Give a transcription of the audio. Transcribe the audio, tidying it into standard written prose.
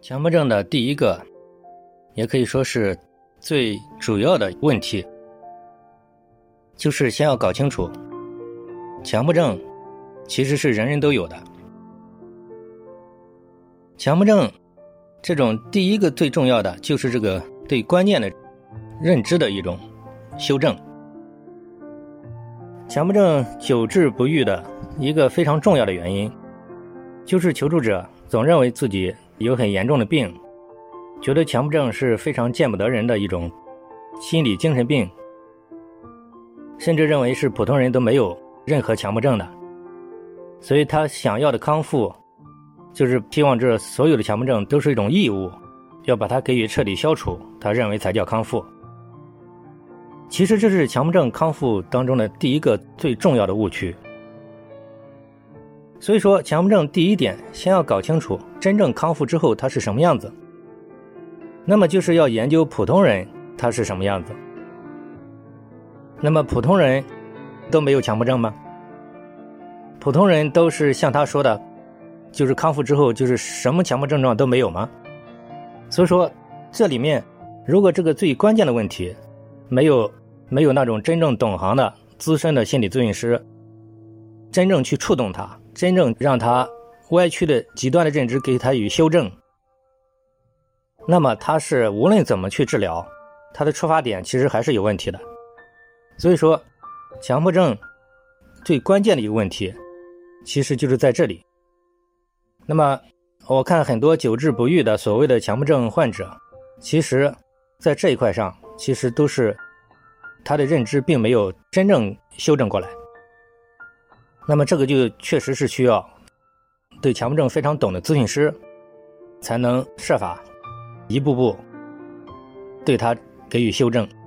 强迫症的第一个，也可以说是最主要的问题，就是先要搞清楚，强迫症其实是人人都有的。强迫症这种第一个最重要的就是这个对观念的认知的一种修正。强迫症久治不愈的一个非常重要的原因，就是求助者总认为自己有很严重的病，觉得强迫症是非常见不得人的一种心理精神病，甚至认为是普通人都没有任何强迫症的，所以他想要的康复就是希望这所有的强迫症都是一种义务，要把它给予彻底消除，他认为才叫康复。其实这是强迫症康复当中的第一个最重要的误区。所以说强迫症第一点，先要搞清楚真正康复之后它是什么样子，那么就是要研究普通人他是什么样子。那么普通人都没有强迫症吗？普通人都是像他说的，就是康复之后就是什么强迫症状都没有吗？所以说这里面如果这个最关键的问题没有那种真正懂行的资深的心理咨询师真正去触动他，真正让他歪曲的极端的认知给他予以修正，那么他是无论怎么去治疗，他的出发点其实还是有问题的。所以说强迫症最关键的一个问题其实就是在这里。那么我看很多久治不愈的所谓的强迫症患者，其实在这一块上其实都是他的认知并没有真正修正过来。那么这个就确实是需要对强迫症非常懂的咨询师才能设法一步步对他给予修正。